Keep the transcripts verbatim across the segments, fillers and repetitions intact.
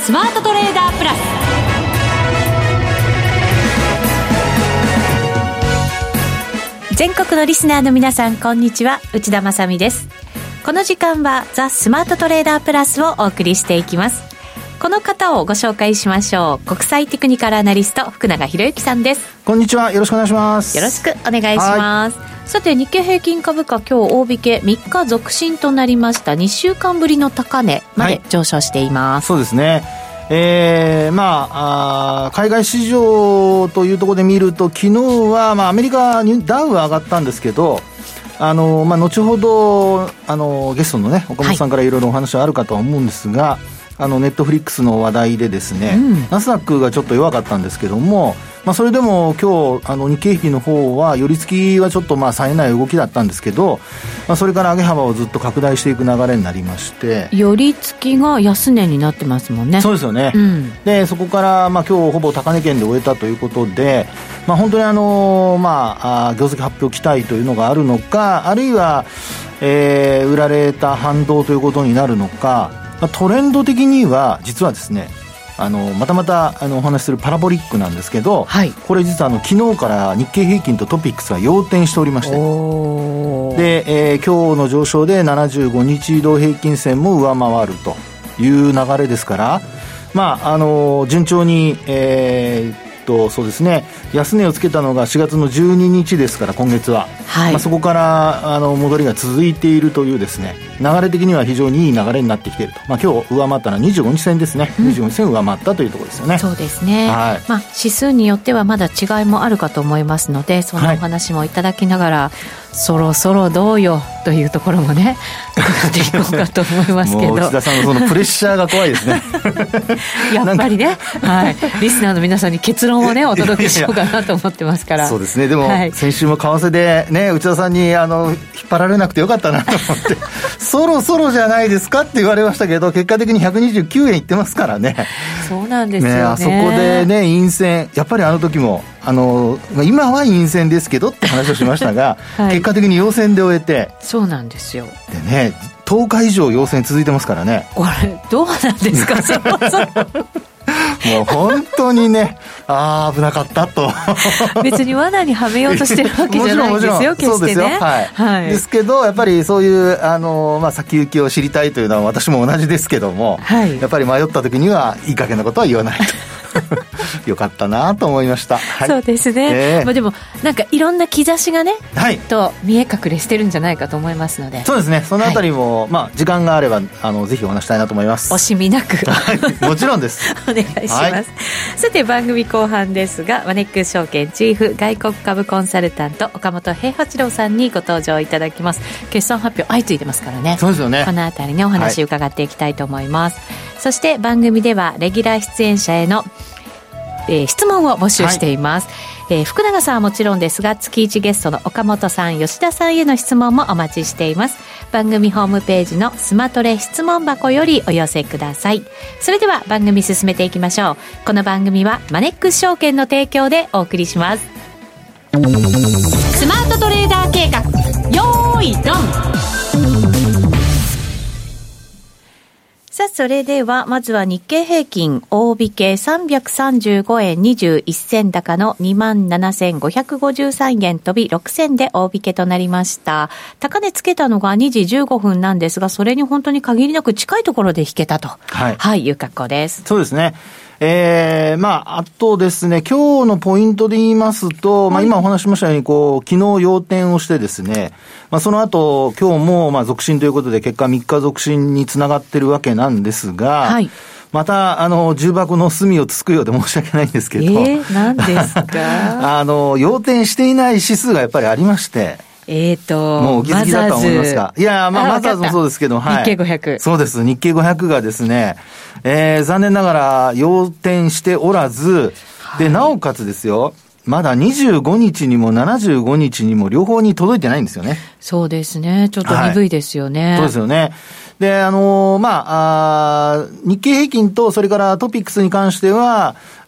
スマートトレーダープラス。全国のリスナーの皆さん、こんにちは、内田まさみです。この時間はザ・スマートトレーダープラスをお送りしていきます。この方をご紹介しましょう。国際テクニカルアナリスト、福永博之さんです。 こんにちは、よろしくお願いします。 よろしくお願いします。さて、日経平均株価、今日大引けみっか続伸となりました。にしゅうかんぶりの高値まで上昇しています、 はい、そうですね。えー、まあ、あ海外市場というところで見ると、昨日は、まあ、アメリカにダウは上がったんですけど、あの、まあ、後ほどあのゲストのね岡本さんからいろいろお話はあるかとは思うんですが、はい、あのネットフリックスの話題でですね、うん、ナスダックがちょっと弱かったんですけども、まあ、それでも今日あの日経平均の方は寄り付きはちょっとまあ冴えない動きだったんですけど、まあ、それから上げ幅をずっと拡大していく流れになりまして、 寄り付きが安値になってますもんね。 そうですよね、うん、でそこからまあ今日ほぼ高値圏で終えたということで、まあ、本当にあの、まあ、業績発表期待というのがあるのか、あるいは、えー、売られた反動ということになるのか、まあ、トレンド的には実はですね、あのまたまたあのお話しするパラボリックなんですけど、はい、これ実はあの昨日から日経平均とトピックスが陽転しておりまして、で、えー、今日の上昇でななじゅうごにち移動平均線も上回るという流れですから、まああの順調に、えーそうですね、安値をつけたのがしがつのじゅうににちですから、今月は、はい、まあ、そこからあの戻りが続いているというですね、流れ的には非常にいい流れになってきていると、まあ、今日上回ったのはにじゅうごにち線ですね、うん、にじゅうごにち線上回ったというところですよね。 そうですね、はい、まあ、指数によってはまだ違いもあるかと思いますので、そのお話もいただきながら、はい、そろそろどうよというところもね伺っていこうかと思いますけど、 もう内田さんのそのプレッシャーが怖いですねやっぱりね、はい、リスナーの皆さんに結論をねお届けしようかなと思ってますから。 そうですね。でも、はい、先週も為替でね内田さんにあの引っ張られなくてよかったなと思ってそろそろじゃないですかって言われましたけど、結果的にひゃくにじゅうきゅうえんいってますからね。 そうなんですよ ね, ねあそこでね陰線、やっぱりあの時もあの今は陰線ですけどって話をしましたが、はい、結果的に陽線で終えて。 そうなんですよ。 でね、とおか以上陽線続いてますからね。 これどうなんですかそろそろもう本当にね、ああ危なかったと別に罠にはめようとしてるわけじゃないんですよ決してね。 そうですよ、はいはい、ですけどやっぱりそういうあの、まあ、先行きを知りたいというのは私も同じですけども、はい、やっぱり迷った時にはいい加減なことは言わないとよかったなと思いました、はい、 そうですね、えーまあ、でもなんかいろんな兆しがね、はい、と見え隠れしてるんじゃないかと思いますので、 そうですね、そのあたりも、はい、まあ、時間があればあのぜひお話したいなと思います。 惜しみなく、 はい、もちろんですお願いします、はい、さて番組後半ですが、マネックス証券チーフ外国株コンサルタント岡本平八郎さんにご登場いただきます。決算発表相次いでますからね。 そうですよね。 このあたりねお話伺っていきたいと思います、はい、そして番組ではレギュラー出演者へのえー、質問を募集しています、はい、えー、福永さんはもちろんですが、月いちゲストの岡本さん、吉田さんへの質問もお待ちしています。番組ホームページのスマトレ質問箱よりお寄せください。それでは番組進めていきましょう。この番組はマネックス証券の提供でお送りします。スマートトレーダー計画、よーいドン。さあ、それではまずは日経平均大引けさんびゃくさんじゅうごえんにじゅういっ銭高の にまんななせんごひゃくごじゅうさんえん飛びろく銭で大引けとなりました。高値つけたのがにじじゅうごふんなんですが、それに本当に限りなく近いところで引けたと、はい、はい、いう格好です。 そうですね。えー、まあ、あとですね、今日のポイントで言いますと、はい、まあ、今お話ししましたように、こう、昨日陽転をしてですね、まあ、その後、今日も、まあ、続伸ということで、結果みっか続伸につながってるわけなんですが、はい、また、あの、重箱の隅をつくようで申し訳ないんですけど、 えー、何ですかあの、陽転していない指数がやっぱりありまして、 えーと、 もうお気づきだと思いますが。いや、まあ、マザーズもそうですけど、 はい。日経ごひゃく。 そうです。日経ごひゃくがですね、えー、残念ながら、陽転しておらず、で、はい、なおかつですよ、まだにじゅうごにちにもななじゅうごにちにも両方に届いてないんですよね。 そうですね。ちょっと鈍いですよね。 はい、そうですよね。で、あのー、まあ、あ日経平均とそれからトピックスに関しては、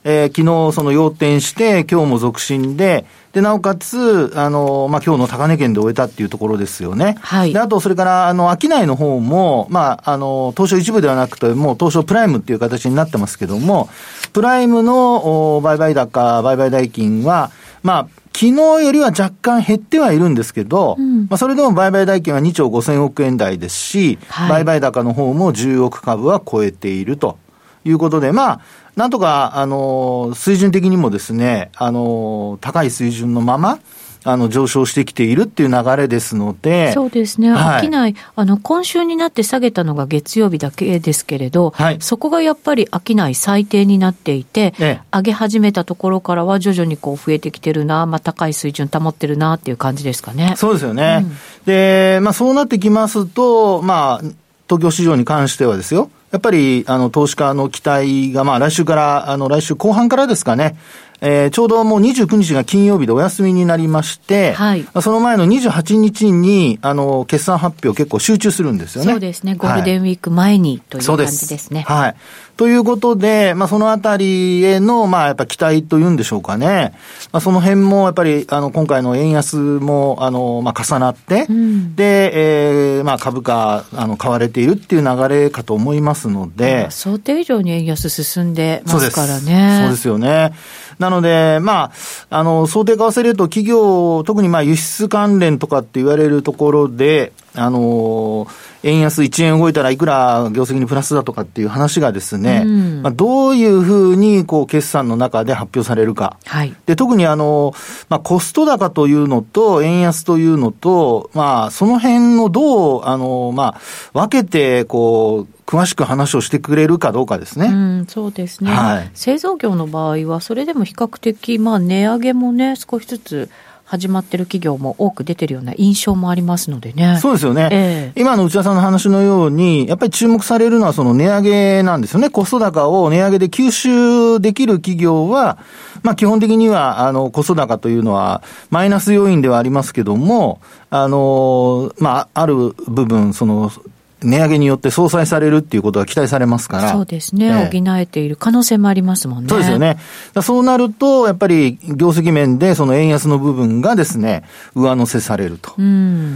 えー、昨日その要点して、今日も続伸で、で、なおかつ、あの、まあ、今日の高値圏で終えたっていうところですよね。 はい。 で、あと、それから、あの、商いの方も、まあ、あの、東証一部ではなくて、もう東証プライムっていう形になってますけども、プライムの売買高、売買代金は、まあ、昨日よりは若干減ってはいるんですけど、うん、まあ、それでも売買代金はにちょうごせんおくえん台ですし、はい、売買高の方もじゅうおくかぶは超えているということで、まあ、なんとか、あの、水準的にもですね、あの、高い水準のまま、あの、上昇してきているっていう流れですので。 そうですね。はい、商い、あの、今週になって下げたのが月曜日だけですけれど、はい、そこがやっぱり商い最低になっていて、ええ、上げ始めたところからは徐々にこう増えてきてるな、まあ、高い水準保ってるなっていう感じですかね。 そうですよね。うん、で、まあ、そうなってきますと、まあ、東京市場に関してはですよ、やっぱり、あの、投資家の期待が、まあ、来週から、あの、来週後半からですかね、えー、ちょうどもうにじゅうくにちが金曜日でお休みになりまして、はい、その前のにじゅうはちにちに、あの、決算発表結構集中するんですよね。 そうですね。ゴールデンウィーク前に、はい、という感じですね。 はい。ということで、まあ、そのあたりへの、まあ、やっぱ期待というんでしょうかね。まあ、その辺も、やっぱり、あの、今回の円安も、あの、まあ、重なって、うん、で、えー、まあ、株価、あの、買われているっていう流れかと思いますので。 想定以上に円安進んでますからね。 そうです。そうですよね。なので、まあ、あの、想定為替レート企業、特にまあ、輸出関連とかって言われるところで、あの、円安いちえん動いたらいくら業績にプラスだとかっていう話がですね、うん、まあ、どういうふうにこう決算の中で発表されるか。はい、で、特にあの、まあ、コスト高というのと円安というのと、まあ、その辺をどう、あの、まあ、分けて、こう、詳しく話をしてくれるかどうかですね。 うん、そうですね。はい、製造業の場合は、それでも比較的、まあ、値上げもね、少しずつ、始まってる企業も多く出てるような印象もありますのでね。 そうですよね。えー、今の内田さんの話のように、やっぱり注目されるのはその値上げなんですよね。コスト高を値上げで吸収できる企業は、まあ基本的には、あの、コスト高というのはマイナス要因ではありますけども、あの、まあ、ある部分、その、値上げによって相殺されるっていうことが期待されますから。 そうですね。えー、補えている可能性もありますもんね。 そうですよね。そうなると、やっぱり業績面でその円安の部分がですね、上乗せされると。うん、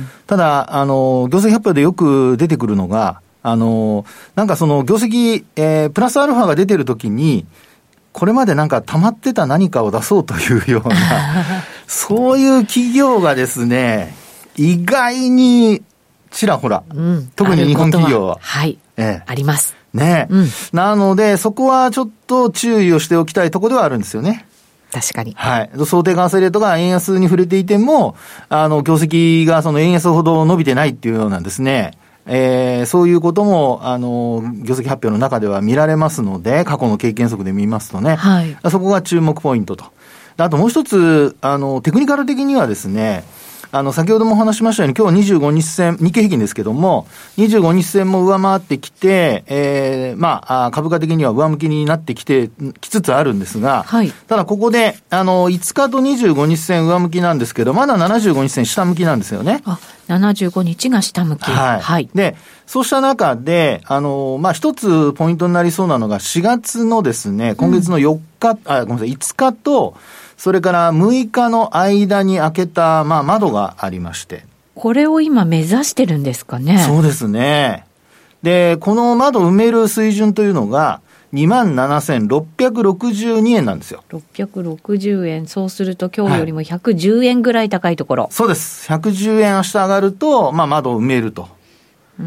ただ、あの、業績発表でよく出てくるのが、あの、なんかその業績、えー、プラスアルファが出てるときに、これまでなんか溜まってた何かを出そうというような、そういう企業がですね、意外に、ちらほら、うん、特に日本企業は。 はい、ええ。あります。 ねえ、うん。なので、そこはちょっと注意をしておきたいところではあるんですよね。 確かに。 はい。想定為替レートが円安に触れていても、あの、業績がその円安ほど伸びてないっていうようなんですね。えー、そういうことも、あの、業績発表の中では見られますので、過去の経験則で見ますとね。はい。そこが注目ポイントと。あともう一つ、あの、テクニカル的にはですね、あの、先ほども話しましたように、今日はにじゅうごにち線、日経平均ですけども、にじゅうごにち線も上回ってきて、えー、まあ、株価的には上向きになってきて、きつつあるんですが、はい、ただここで、あの、いつかとにじゅうごにち線上向きなんですけど、まだななじゅうごにち線下向きなんですよね。 あ、ななじゅうごにちが下向き。 はい。はい、で、そうした中で、あの、まあ、一つポイントになりそうなのが、しがつのですね、今月のよっか、うん、あ、ごめんなさい、いつかと、それからむいかの間に開けた、まあ、窓がありまして。 これを今目指してるんですかね。 そうですね。で、この窓を埋める水準というのが、にまんななせんろっぴゃくろくじゅうにえんなんですよ。 ろっぴゃくろくじゅうえん。そうすると今日よりもひゃくじゅうえんぐらい高いところ。はい、 そうです。ひゃくじゅうえん明日上がると、まあ、窓を埋めると。うん、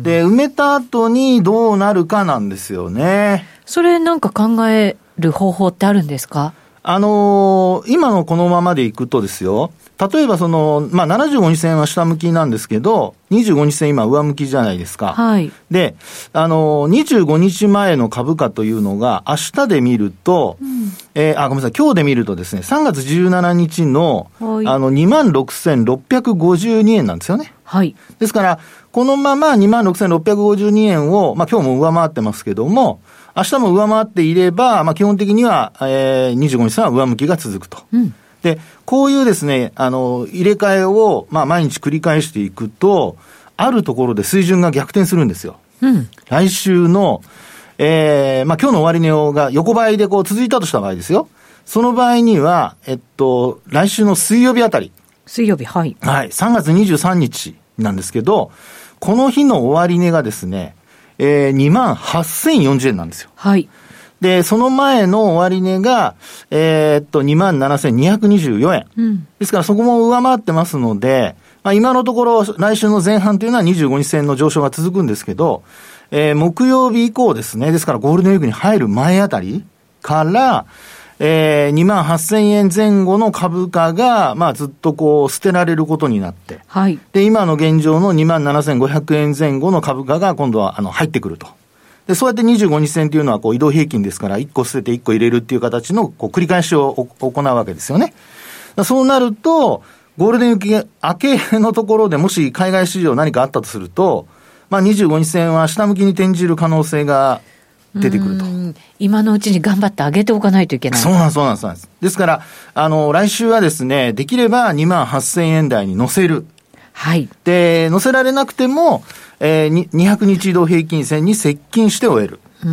で、埋めた後にどうなるかなんですよね。 それなんか考える方法ってあるんですか？ あのー、今のこのままでいくとですよ、例えばその、まあ、ななじゅうごにち線は下向きなんですけど、にじゅうごにち線今上向きじゃないですか。はい。で、あのー、にじゅうごにちまえの株価というのが、明日で見ると、うん、えー、あ、ごめんなさい、今日で見るとですね、さんがつじゅうしちにちの、はい、あの、にまんろくせんろっぴゃくごじゅうにえんなんですよね。はい。ですから、このままにまんろくせんろっぴゃくごじゅうにえんを、まあ、今日も上回ってますけども、明日も上回っていれば、まあ、基本的には、えー、にじゅうごにち線は上向きが続くと。うん、で、こういうですね、あの、入れ替えを、まあ、毎日繰り返していくと、あるところで水準が逆転するんですよ。うん、来週の、 えー、まあ今日の終値が横ばいでこう続いたとした場合ですよ。その場合には、えっと、来週の水曜日あたり。 水曜日、はい。 はい、さんがつにじゅうさんにちなんですけど、この日の終値がですね、えー、にまんはっせんよんじゅうえんなんですよ。 はい。 で、その前の終値が、えー、っと、にまんななせんにひゃくにじゅうよえん。うん。ですからそこも上回ってますので、まあ今のところ来週の前半というのはにじゅうごにち線の上昇が続くんですけど、えー、木曜日以降ですね、ですからゴールデンウィークに入る前あたりから、えー、にまんはっせんえん前後の株価が、まあずっとこう捨てられることになって、はい。で、今の現状のにまんななせんごひゃくえん前後の株価が今度はあの入ってくると。で、そうやってにじゅうごにち線というのはこう移動平均ですから、いっこ捨てていっこ入れるっていう形のこう繰り返しを行うわけですよね。そうなると、ゴールデンウィーク明けのところでもし海外市場何かあったとすると、まあにじゅうごにち線は下向きに転じる可能性が出てくると。 今のうちに頑張って上げておかないといけない。 そうなんです、そうなんです、そうなんです。ですから、あの、来週はですね、できればにまんはっせんえん台に乗せる。はい。で、乗せられなくても、えー、にひゃくにち移動平均線に接近して終える。うん。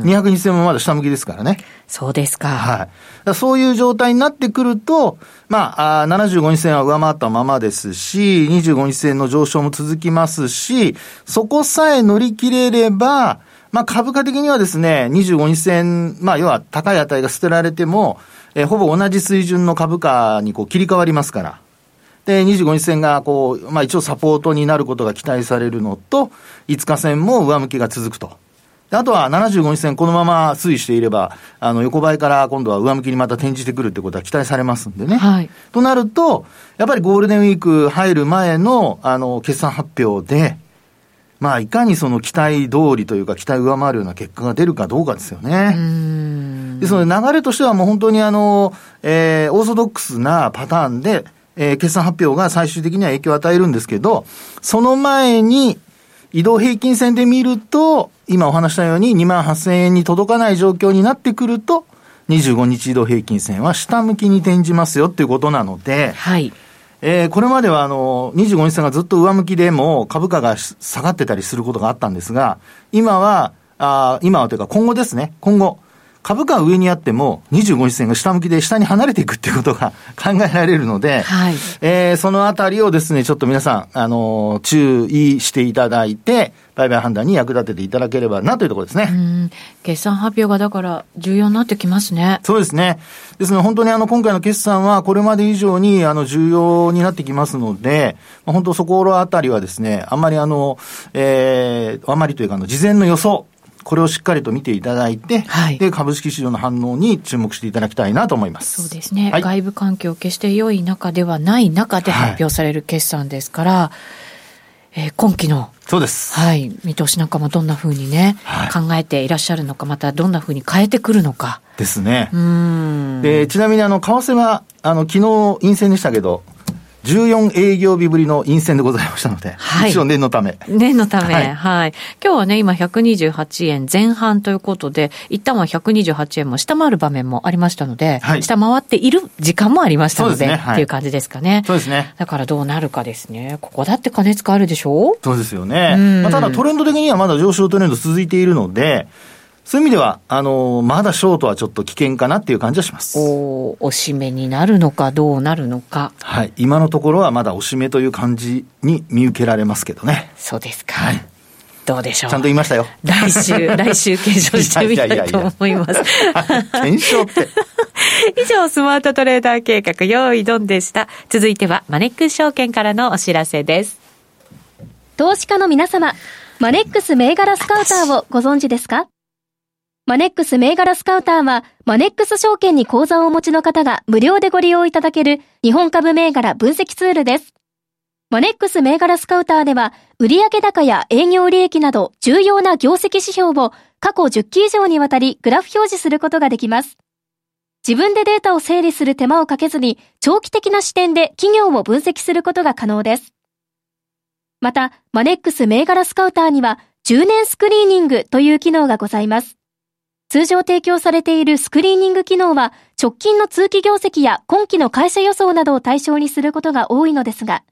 にひゃくにち線もまだ下向きですからね。 そうですか。 はい。だそういう状態になってくると、まあ、あななじゅうごにち線は上回ったままですし、にじゅうごにち線の上昇も続きますし、そこさえ乗り切れれば、まあ株価的にはですね、にじゅうごにち線、まあ要は高い値が捨てられても、えー、ほぼ同じ水準の株価にこう切り替わりますから。で、にじゅうごにち線がこう、まあ一応サポートになることが期待されるのと、いつか線も上向きが続くと。であとはななじゅうごにち線このまま推移していれば、あの横ばいから今度は上向きにまた転じてくるってことは期待されますんでね。はい。となると、やっぱりゴールデンウィーク入る前の、あの、決算発表で、まあ、いかにその期待通りというか、期待上回るような結果が出るかどうかですよね。うーん。ですので、流れとしてはもう本当にあの、えー、オーソドックスなパターンで、えー、決算発表が最終的には影響を与えるんですけど、その前に、移動平均線で見ると、今お話したようににまんはっせんえんに届かない状況になってくると、にじゅうごにち移動平均線は下向きに転じますよっていうことなので、はい。えー、これまではあの、にじゅうごにち線がずっと上向きでも株価が下がってたりすることがあったんですが、今は、あ今はというか今後ですね、今後、株価が上にあってもにじゅうごにち線が下向きで下に離れていくっていうことが考えられるので、はい。えー、そのあたりをですね、ちょっと皆さん、あのー、注意していただいて、売買判断に役立てていただければなというところですね。うん。 決算発表がだから重要になってきますね。 そうですね。ですので本当にあの今回の決算はこれまで以上にあの重要になってきますので、まあ、本当そこらあたりはですね、あんまりあの、えー、あんまりというかあの事前の予想、これをしっかりと見ていただいて、はい、で株式市場の反応に注目していただきたいなと思います。 そうですね、はい、外部環境決して良い中ではない中で発表される決算ですから、はい、えー、今期のそうです、 はい、見通しなんかもどんなふうにね、はい、考えていらっしゃるのか、またどんなふうに変えてくるのかですね。うーんでちなみにあの為替はあの昨日陰線でしたけどじゅうよん営業日ぶりの陰線でございましたので、はい、一応念のため。 念のため、はい、はい。今日はね、今ひゃくにじゅうはちえん前半ということで、一旦はひゃくにじゅうはちえんも下回る場面もありましたので、はい、下回っている時間もありましたので、そうですね、はい、っていう感じですかね。 そうですね。 だからどうなるかですね。ここだって過熱があるでしょう？ そうですよね。まあ、ただトレンド的にはまだ上昇トレンド続いているので、そういう意味では、あのー、まだショートはちょっと危険かなっていう感じはします。 お、おしめになるのかどうなるのか。 はい。今のところはまだおしめという感じに見受けられますけどね。 そうですか。はい。どうでしょう。 ちゃんと言いましたよ。 来週、来週検証してみたいと思います。 検証って。 以上、スマートトレーダー計画、用意ドンでした。続いては、マネックス証券からのお知らせです。 投資家の皆様、マネックス銘柄スカウターをご存知ですか？マネックス銘柄スカウターは、マネックス証券に口座をお持ちの方が無料でご利用いただける日本株銘柄分析ツールです。マネックス銘柄スカウターでは、売上高や営業利益など重要な業績指標を過去じゅっき以上にわたりグラフ表示することができます。自分でデータを整理する手間をかけずに、長期的な視点で企業を分析することが可能です。また、マネックス銘柄スカウターには、じゅうねんスクリーニングという機能がございます。通常提供されているスクリーニング機能は、直近の通期業績や今期の会社予想などを対象にすることが多いのですが、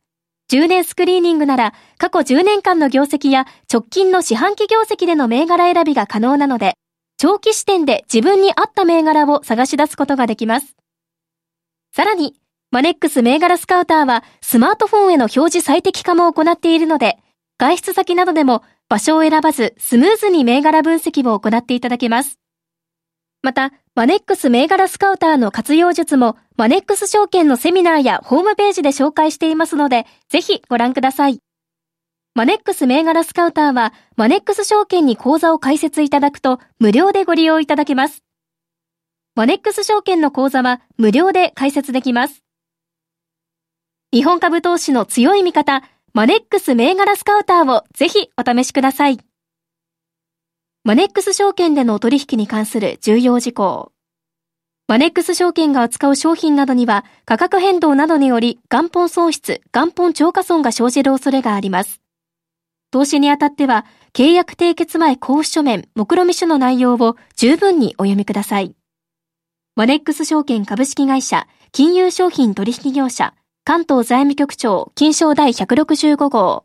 じゅうねんスクリーニングなら過去じゅうねんかんの業績や直近の四半期業績での銘柄選びが可能なので、長期視点で自分に合った銘柄を探し出すことができます。さらに、マネックス銘柄スカウターはスマートフォンへの表示最適化も行っているので、外出先などでも場所を選ばずスムーズに銘柄分析を行っていただけます。また、マネックス銘柄スカウターの活用術もマネックス証券のセミナーやホームページで紹介していますので、ぜひご覧ください。マネックス銘柄スカウターはマネックス証券に口座を開設いただくと無料でご利用いただけます。マネックス証券の口座は無料で開設できます。日本株投資の強い味方、マネックス銘柄スカウターをぜひお試しください。マネックス証券での取引に関する重要事項。マネックス証券が扱う商品などには価格変動などにより元本損失、元本超過損が生じる恐れがあります。投資にあたっては契約締結前交付書面、目論見書の内容を十分にお読みください。マネックス証券株式会社、金融商品取引業者、関東財務局長、金賞第ひゃくろくじゅうご号。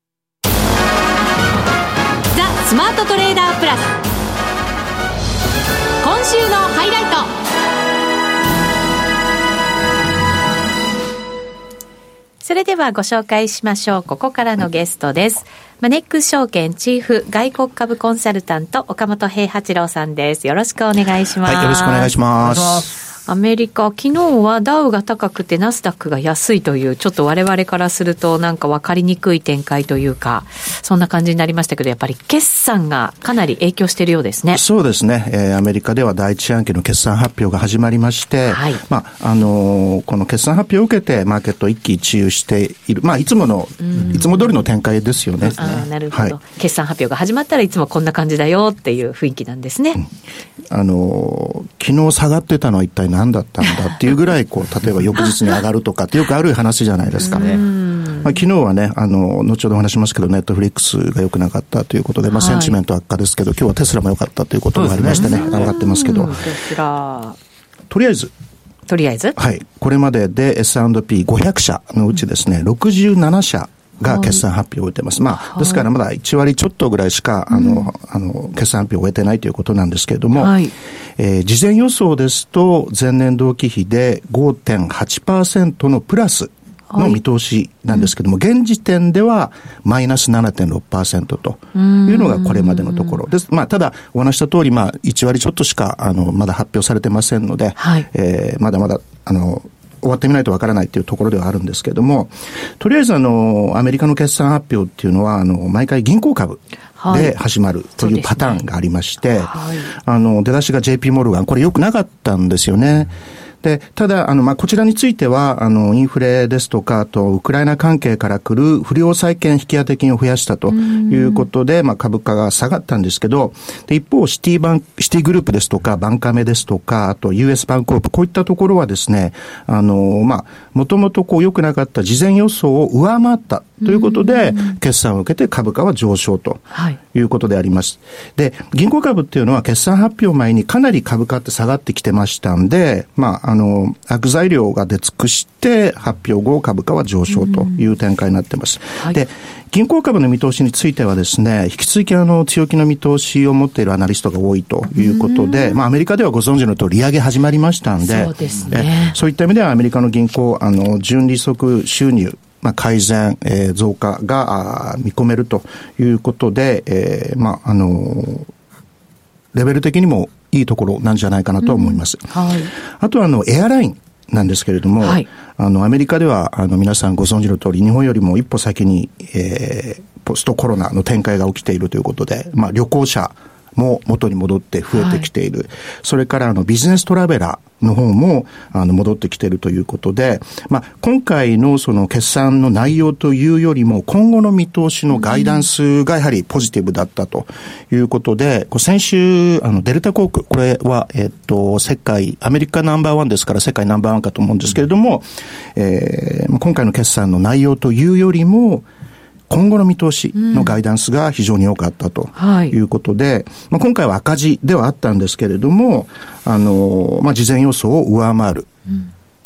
ザ・スマートトレーダープラス。今週のハイライト。それではご紹介しましょう。ここからのゲストです。マネックス証券チーフ外国株コンサルタント岡本平八郎さんです。よろしくお願いします。 はい、よろしくお願いします。 アメリカ、昨日はダウが高くてナスダックが安いという、ちょっと我々からするとなんか分かりにくい展開というか、そんな感じになりましたけど、やっぱり決算がかなり影響しているようですね。 そうですね、えー、アメリカでは第一四半期の決算発表が始まりまして、はい、まああのー、この決算発表を受けてマーケット一喜一憂している、まあいつものいつも通りの展開ですよね。 あ、なるほど、はい、決算発表が始まったらいつもこんな感じだよっていう雰囲気なんですね。 うん、あのー、昨日下がってたのは一体何だったんだっていうぐらいこう例えば翌日に上がるとかってよくある話じゃないですかね。まあ、昨日はね、あの後ほどお話しますけどネットフリックスが良くなかったということで、まあ、センチメント悪化ですけど、はい、今日はテスラも良かったということがありましてね、上がってますけど、 テスラとりあえずとりあえずはい、これまでで エスアンドピーごひゃくしゃのうちですね、ろくじゅうななしゃが決算発表を終えてます。まあ、ですからまだいちわりちょっとぐらいしか、あの、うん、あの、決算発表を終えてないということなんですけれども、はい、えー、事前予想ですと、前年同期比で ごてんはちパーセント のプラスの見通しなんですけども、はい、現時点ではマイナス ななてんろくパーセント というのがこれまでのところです。まあ、ただ、お話した通り、まあ、いちわりちょっとしか、あの、まだ発表されてませんので、はい、えー、まだまだ、あの、終わってみないとわからないというところではあるんですけれども、とりあえずあのアメリカの決算発表っていうのはあの毎回銀行株で始まるというパターンがありまして、はい、はい、あの出だしが ジェイピー モルガン、これ良くなかったんですよね。で、ただ、あの、まあ、こちらについては、あの、インフレですとか、あと、ウクライナ関係から来る不良債権引き当て金を増やしたということで、まあ、株価が下がったんですけど、で、一方、シティバン、シティグループですとか、バンカメですとか、あと、ユーエス バンコープ、こういったところはですね、あの、まあ、もともとこう良くなかった事前予想を上回ったということで、決算を受けて株価は上昇ということであります。で、銀行株っていうのは決算発表前にかなり株価って下がってきてましたんで、まあ、あの、悪材料が出尽くして発表後株価は上昇という展開になっています。はい、で、銀行株の見通しについてはですね、引き続きあの強気の見通しを持っているアナリストが多いということで、まあアメリカではご存知の通り利上げ始まりましたんで、 そうですね。 そういった意味ではアメリカの銀行、あの、純利息収入、まあ、改善、えー、増加が見込めるということで、えー、まあ、あのー、レベル的にもいいところなんじゃないかなと思います。うん、はい。あとはあの、エアラインなんですけれども、はい、あの、アメリカでは、あの、皆さんご存知の通り、日本よりも一歩先に、えー、ポストコロナの展開が起きているということで、まあ、旅行者も元に戻って増えてきている。はい、それからあのビジネストラベラーの方もあの戻ってきているということで、まあ今回のその決算の内容というよりも今後の見通しのガイダンスがやはりポジティブだったということで、こう先週あのデルタ航空、これはえっと世界アメリカナンバーワンですから世界ナンバーワンかと思うんですけれども、えー、今回の決算の内容というよりも今後の見通しのガイダンスが非常に良かったということで、うん、はい、まあ、今回は赤字ではあったんですけれども、あの、まあ、事前予想を上回る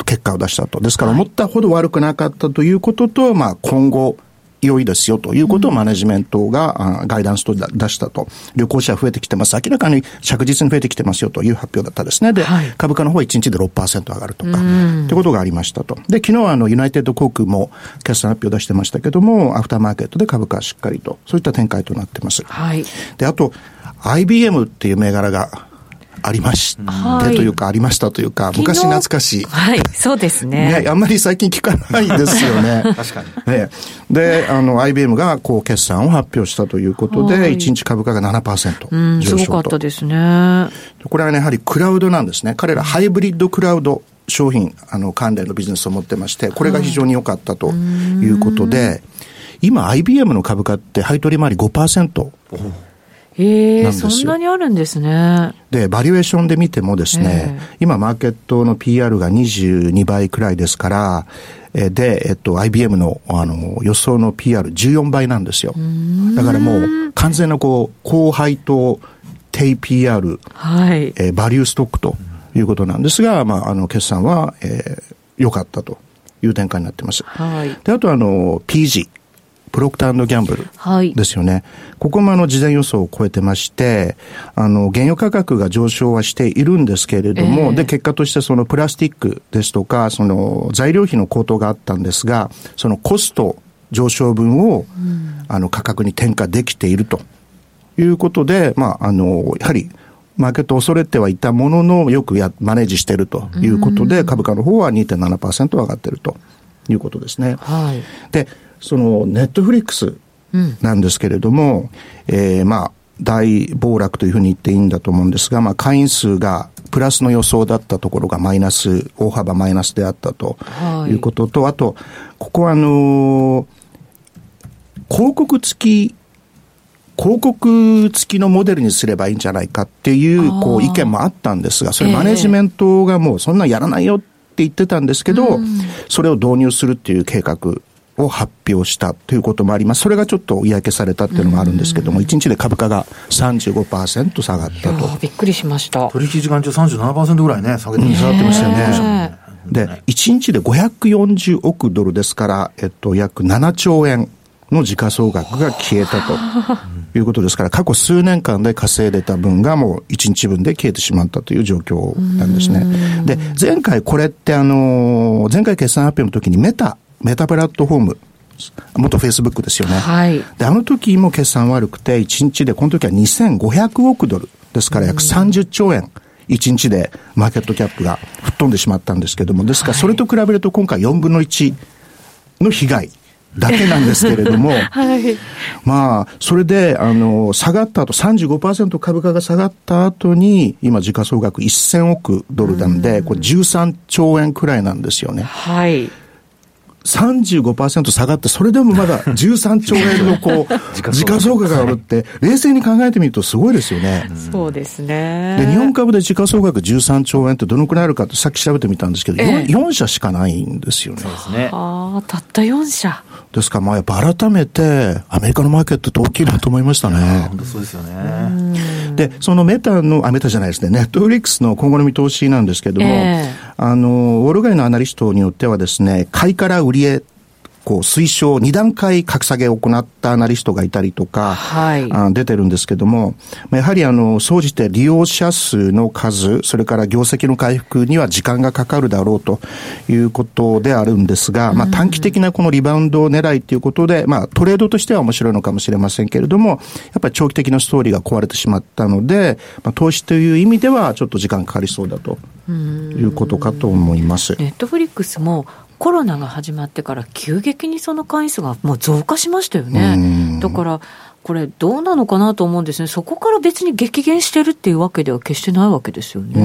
結果を出したと。ですから思ったほど悪くなかったということと、まあ今後、良いですよということをマネジメントが、うん、ガイダンスと出したと。旅行者増えてきてます。明らかに着実に増えてきてますよという発表だったですね。で、はい、株価の方はいちにちで ろくパーセント 上がるとか、ということがありましたと。で、昨日はあの、ユナイテッド航空も決算発表出してましたけども、アフターマーケットで株価はしっかりと、そういった展開となってます。はい。で、あと、アイビーエム っていう銘柄が、ありましてというか、はい、ありましたというか、昔懐かしい。 はい、そうですね。 ね、あんまり最近聞かないですよね。 確かに。 ね、で、あの、アイビーエム がこう、決算を発表したということで、はい、いちにち株価が ななパーセント 上昇と。 うん、すごかったですね。 これはね、やはりクラウドなんですね。彼らハイブリッドクラウド商品、あの、関連のビジネスを持ってまして、これが非常に良かったということで、はい、今 アイビーエム の株価って配当利回り ごパーセント。 へえ、そんなにあるんですね。 で、バリュエーションで見てもですね、今マーケットの ピーアール がにじゅうにばいくらいですから、で、えっと、アイビーエム の、あの、予想の ピーアールじゅうよんばいなんですよ。だからもう、完全なこう、高配当低 ピーアール、はい、えー、バリューストックということなんですが、まあ、あの、決算は、えー、良かったという展開になっています。はい。で、あとあの、ピージー。プロクター&ギャンブルですよね。はい、ここもあの事前予想を超えてまして、あの原油価格が上昇はしているんですけれども、えー、で結果としてそのプラスチックですとかその材料費の高騰があったんですが、そのコスト上昇分を、うん、あの価格に転嫁できているということで、まああのやはりマーケット恐れてはいたもののよくやマネージしているということで、株価の方は にてんななパーセント 上がっているということですね。はい、でそのネットフリックスなんですけれども、うん、えー、まあ大暴落というふうに言っていいんだと思うんですが、まあ会員数がプラスの予想だったところがマイナス、大幅マイナスであったということと、はい、あとここはあのー、広告付き広告付きのモデルにすればいいんじゃないかっていうこう意見もあったんですが、それマネジメントがもうそんなやらないよって言ってたんですけど、うん、それを導入するっていう計画を発表したということもあります。それがちょっと嫌気されたっていうのもあるんですけども、いちにちで株価が さんじゅうごパーセント 下がったと。 びっくりしました。 取引時間中 さんじゅうななパーセント ぐらいね、下げて下がってましたよね。 で、いちにちでごひゃくよんじゅうおくドルですから、えっと、約ななちょうえんの時価総額が消えたということですから、過去数年間で稼いでた分がもういちにちぶんで消えてしまったという状況なんですね。で、前回これってあの、前回決算発表の時にメタ、メタプラットフォーム、元フェイスブックですよね。はい。で、あの時も決算悪くて、いちにちで、この時はにせんごひゃくおくドルですから約さんじゅっちょうえん、いちにちでマーケットキャップが吹っ飛んでしまったんですけども、ですからそれと比べると今回よんぶんのいちの被害だけなんですけれども、はい、まあ、それで、あの、下がった後、さんじゅうごパーセント 株価が下がった後に、今時価総額せんおくドルなんで、これじゅうさんちょうえんくらいなんですよね。はい。さんじゅうごパーセント 下がって、それでもまだじゅうさんちょうえんのこう、時価総額があるって、冷静に考えてみるとすごいですよね。 そうですね。 で、日本株で時価総額じゅうさんちょうえんってどのくらいあるかってさっき調べてみたんですけど、えー、よんしゃしかないんですよね。 そうですね。 ああ、たったよんしゃ。 ですから、まあ、やっぱ改めて、アメリカのマーケットって大きいなと思いましたね。 本当そうですよね。 で、そのメタの、あ、メタじゃないですね、ネットフリックスの今後の見通しなんですけども、えー、あの、ウォール街のアナリストによってはですね、買いから売りへ、こう推奨にだんかい格下げを行ったアナリストがいたりとか、はい、あ出てるんですけども、やはりあの総じて利用者数の数、それから業績の回復には時間がかかるだろうということであるんですが、まあ、短期的なこのリバウンド狙いということで、まあ、トレードとしては面白いのかもしれませんけれども、やっぱり長期的なストーリーが壊れてしまったので、まあ、投資という意味ではちょっと時間かかりそうだということかと思います。 ネットフリックスもコロナが始まってから急激にその会員数がもう増加しましたよね。だからこれどうなのかなと思うんですね。そこから別に激減してるっていうわけでは決してないわけですよね。うん、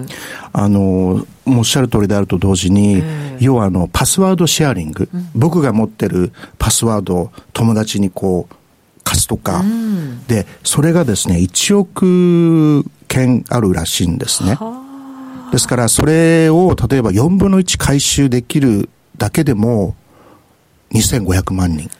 あのおっしゃる通りであると同時に、要はあのパスワードシェアリング、うん、僕が持ってるパスワードを友達にこう貸すとか、うん、でそれがですねいちおくけんあるらしいんですね。ですからそれを例えばよんぶんのいち回収できるだけでもにせんごひゃくまんにん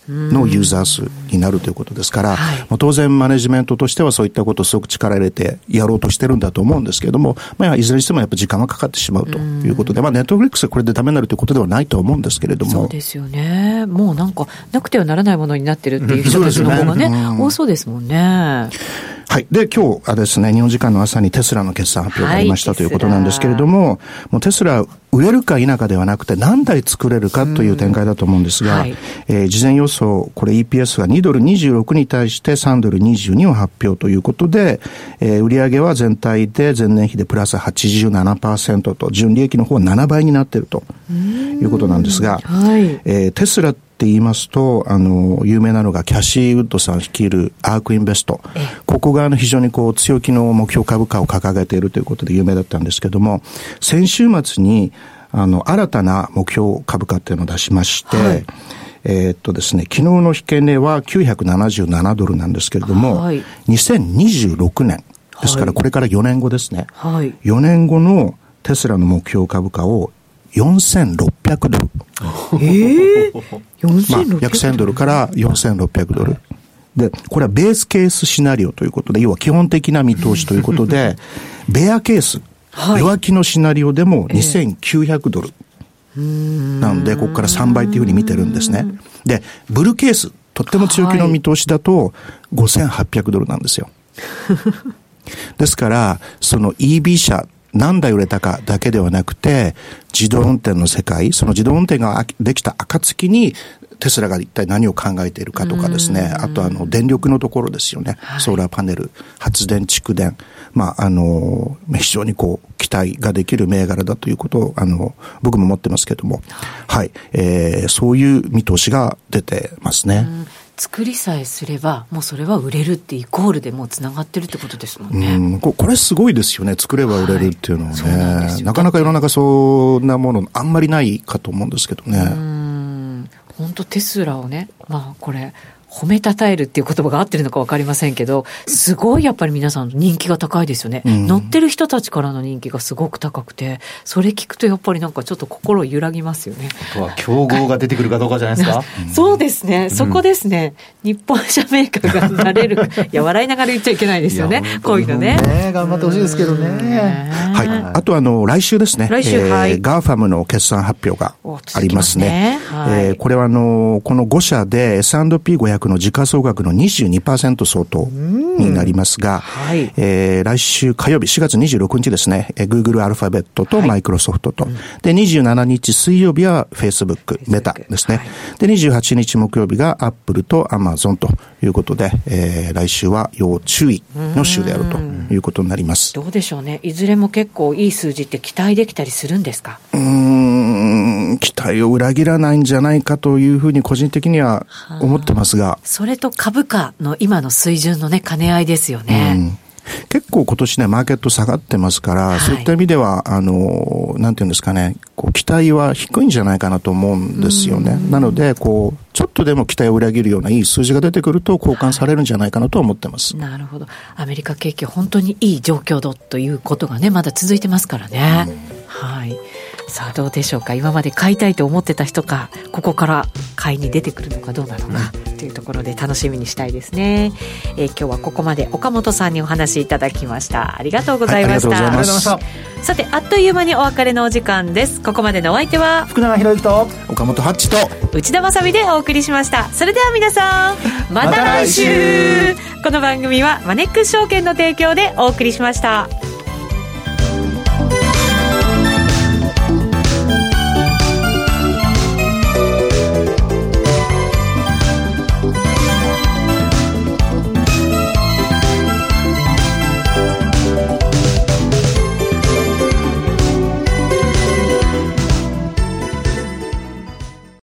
のユーザー数になるということですから、 はい、 もう当然マネジメントとしてはそういったことをすごく力入れてやろうとしてるんだと思うんですけれども、まあ、いずれにしてもやっぱり時間はかかってしまうということで、まあ、ネットフリックスはこれでダメになるということではないと思うんですけれども。 そうですよね。もうなんかなくてはならないものになってるっていう人たちの方がね、うん、多そうですもんね。 はい。で、今日はですね、日本時間の朝にテスラの決算発表がありました、はい、ということなんですけれども、もうテスラ売れるか否かではなくて何台作れるかという展開だと思うんですが、はい、えー、事前予想、これ イーピーエス がにドルにじゅうろくに対してさんドルにじゅうにを発表ということで、えー、売上は全体で前年比でプラス はちじゅうななパーセント と純利益の方はななばいになっているということなんですが、はい、えー、テスラって言いますと、あの、有名なのがキャシー・ウッドさん率いるアークインベスト。ここがあの非常にこう強気の目標株価を掲げているということで有名だったんですけども、先週末にあの新たな目標株価っていうのを出しまして、はい、えー、っとですね、昨日の引け値はきゅうひゃくななじゅうななドルなんですけれども、はい、にせんにじゅうろくねんですからこれからよねんごですね。はい、よねんごのテスラの目標株価をよんせんろっぴゃくドル。 えー、よんせんろっぴゃく、 まあ、約せんドルからよんせんろっぴゃくドル。で、これはベースケースシナリオということで、要は基本的な見通しということで、ベアケース、はい、弱気のシナリオでもにせんきゅうひゃくドル。えー、なので、ここからさんばいというふうに見てるんですね。で、ブルーケース、とっても強気の見通しだとごせんはっぴゃくドルなんですよ。ですから、その イーブイ 車、何台売れたかだけではなくて、自動運転の世界、その自動運転ができた暁に、テスラが一体何を考えているかとかですね、あとあの、電力のところですよね。はい、ソーラーパネル、発電、蓄電。まあ、あの、非常にこう、期待ができる銘柄だということを、あの、僕も持ってますけども、はい、えー、そういう見通しが出てますね。うん、 作りさえすればもうそれは売れるってイコールでもうつながってるってことですもんね。うん、 これすごいですよね。作れば売れるっていうのはね、はい、なかなか世の中そんなものあんまりないかと思うんですけどね。うん、 本当テスラをね、まあこれ褒めたたえるっていう言葉が合ってるのか分かりませんけど、すごいやっぱり皆さん人気が高いですよね、うん、乗ってる人たちからの人気がすごく高くて、それ聞くとやっぱりなんかちょっと心揺らぎますよね。 あとは競合が出てくるかどうかじゃないですか。 そうですね、うん、そこですね。日本車メーカーがなれるいや笑いながら言っちゃいけないですよね、こういうのね。 ね、頑張ってほしいですけどね。 はい、あとあの来週ですね、 来週、 えーはい、 ガーファムの決算発表がありますね。すね、はい、えー、これはあのこのご社で エスアンドピーごひゃく の時価総額の にじゅうにパーセント 相当になりますが、はい、えー、来週火曜日しがつにじゅうろくにちですね、えー、Google アルファベットとマイクロソフトと、はい、でにじゅうしちにち水曜日は Facebook メタですね、はい、でにじゅうはちにち木曜日が Apple と Amazon ということで、えー、来週は要注意の週であるということになります。 どうでしょうね、いずれも結構いい数字って期待できたりするんですか。 うーん、期待を裏切らないんじゃないかというふうに個人的には思ってますが、 それと株価の今の水準のね兼ね合いですよね。うん、 結構今年ねマーケット下がってますから、はい、そういった意味ではあのなんていうんですかね、こう期待は低いんじゃないかなと思うんですよね。なのでこうちょっとでも期待を裏切るようないい数字が出てくると交換されるんじゃないかなと思ってます。 はい、なるほど。アメリカ景気本当にいい状況だということがねまだ続いてますからね。うん、はい。さあどうでしょうか。今まで買いたいと思ってた人かここから買いに出てくるのかどうなのかというところで楽しみにしたいですね。えー、今日はここまで岡本さんにお話いただきました。ありがとうございました。はい、ありがとうございました。さてあっという間にお別れのお時間です。ここまでのお相手は福永博之と岡本ハッチと内田まさみでお送りしました。それでは皆さんまた来週。この番組はマネックス証券の提供でお送りしました。